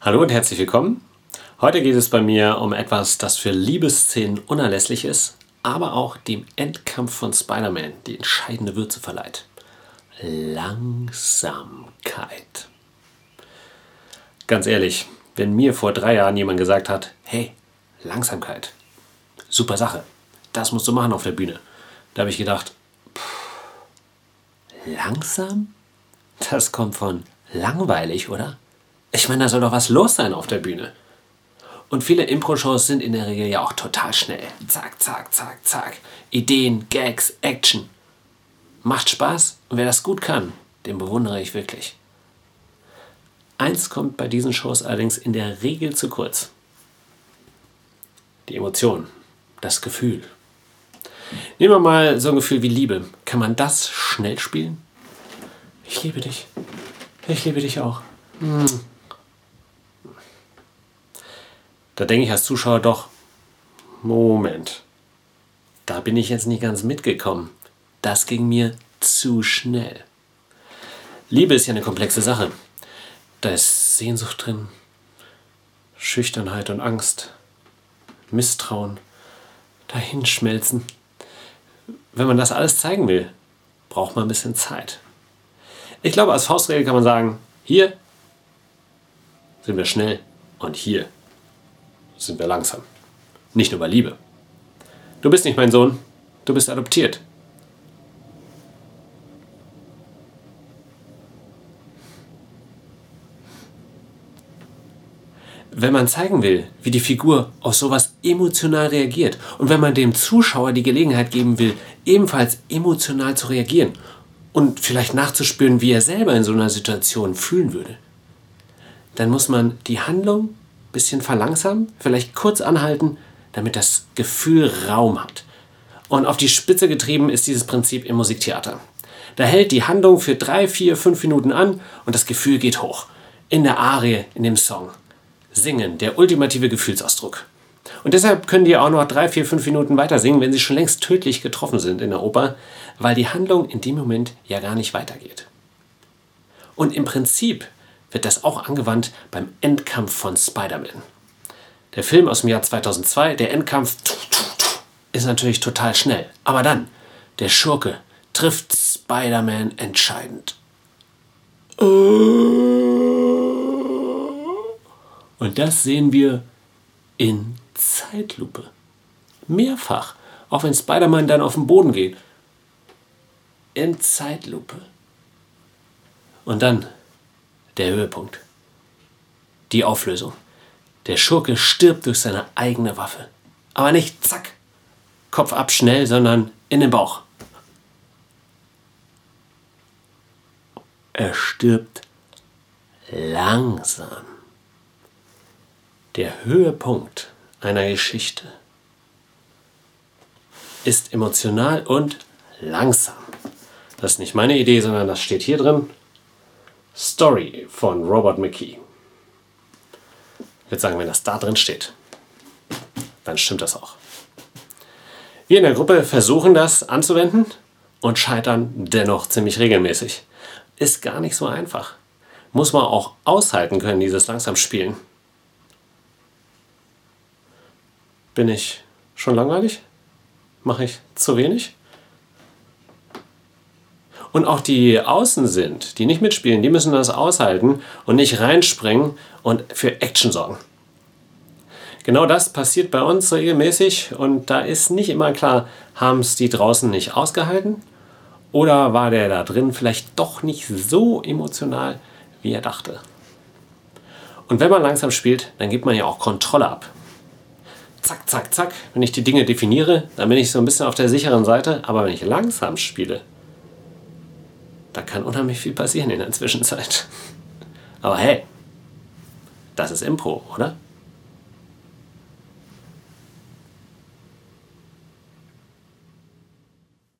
Hallo und herzlich willkommen. Heute geht es bei mir um etwas, das für Liebesszenen unerlässlich ist, aber auch dem Endkampf von Spider-Man die entscheidende Würze verleiht. Langsamkeit. Ganz ehrlich, wenn mir vor 3 Jahren jemand gesagt hat, hey, Langsamkeit, super Sache, das musst du machen auf der Bühne, da habe ich gedacht, langsam? Das kommt von langweilig, oder? Ich meine, da soll doch was los sein auf der Bühne. Und viele Impro-Shows sind in der Regel ja auch total schnell. Zack, zack, zack, zack. Ideen, Gags, Action. Macht Spaß und wer das gut kann, den bewundere ich wirklich. Eins kommt bei diesen Shows allerdings in der Regel zu kurz. Die Emotion, das Gefühl. Nehmen wir mal so ein Gefühl wie Liebe. Kann man das schnell spielen? Ich liebe dich. Ich liebe dich auch. Da denke ich als Zuschauer doch, Moment, da bin ich jetzt nicht ganz mitgekommen. Das ging mir zu schnell. Liebe ist ja eine komplexe Sache. Da ist Sehnsucht drin, Schüchternheit und Angst, Misstrauen, Dahinschmelzen. Wenn man das alles zeigen will, braucht man ein bisschen Zeit. Ich glaube, als Faustregel kann man sagen, hier sind wir schnell und hier sind wir langsam. Nicht nur bei Liebe. Du bist nicht mein Sohn, du bist adoptiert. Wenn man zeigen will, wie die Figur auf sowas emotional reagiert und wenn man dem Zuschauer die Gelegenheit geben will, ebenfalls emotional zu reagieren und vielleicht nachzuspüren, wie er selber in so einer Situation fühlen würde, dann muss man die Handlung ein bisschen verlangsamen, vielleicht kurz anhalten, damit das Gefühl Raum hat. Und auf die Spitze getrieben ist dieses Prinzip im Musiktheater. Da hält die Handlung für 3, 4, 5 Minuten an und das Gefühl geht hoch. In der Arie, in dem Song. Singen, der ultimative Gefühlsausdruck. Und deshalb können die auch noch 3, 4, 5 Minuten weiter singen, wenn sie schon längst tödlich getroffen sind in der Oper, weil die Handlung in dem Moment ja gar nicht weitergeht. Und im Prinzip wird das auch angewandt beim Endkampf von Spider-Man. Der Film aus dem Jahr 2002, der Endkampf, ist natürlich total schnell. Aber dann, der Schurke trifft Spider-Man entscheidend. Und das sehen wir in Zeitlupe. Mehrfach. Auch wenn Spider-Man dann auf den Boden geht. In Zeitlupe. Und dann der Höhepunkt. Die Auflösung. Der Schurke stirbt durch seine eigene Waffe. Aber nicht zack, Kopf ab schnell, sondern in den Bauch. Er stirbt langsam. Der Höhepunkt einer Geschichte ist emotional und langsam. Das ist nicht meine Idee, sondern das steht hier drin. Story von Robert McKee. Ich würde sagen, wenn das da drin steht, dann stimmt das auch. Wir in der Gruppe versuchen das anzuwenden und scheitern dennoch ziemlich regelmäßig. Ist gar nicht so einfach. Muss man auch aushalten können, dieses langsam Spielen. Bin ich schon langweilig? Mache ich zu wenig? Und auch die außen sind, die nicht mitspielen, die müssen das aushalten und nicht reinspringen und für Action sorgen. Genau das passiert bei uns regelmäßig und da ist nicht immer klar, haben es die draußen nicht ausgehalten oder war der da drin vielleicht doch nicht so emotional, wie er dachte. Und wenn man langsam spielt, dann gibt man ja auch Kontrolle ab. Zack, zack, zack. Wenn ich die Dinge definiere, dann bin ich so ein bisschen auf der sicheren Seite, aber wenn ich langsam spiele, da kann unheimlich viel passieren in der Zwischenzeit. Aber hey, das ist Impro, oder?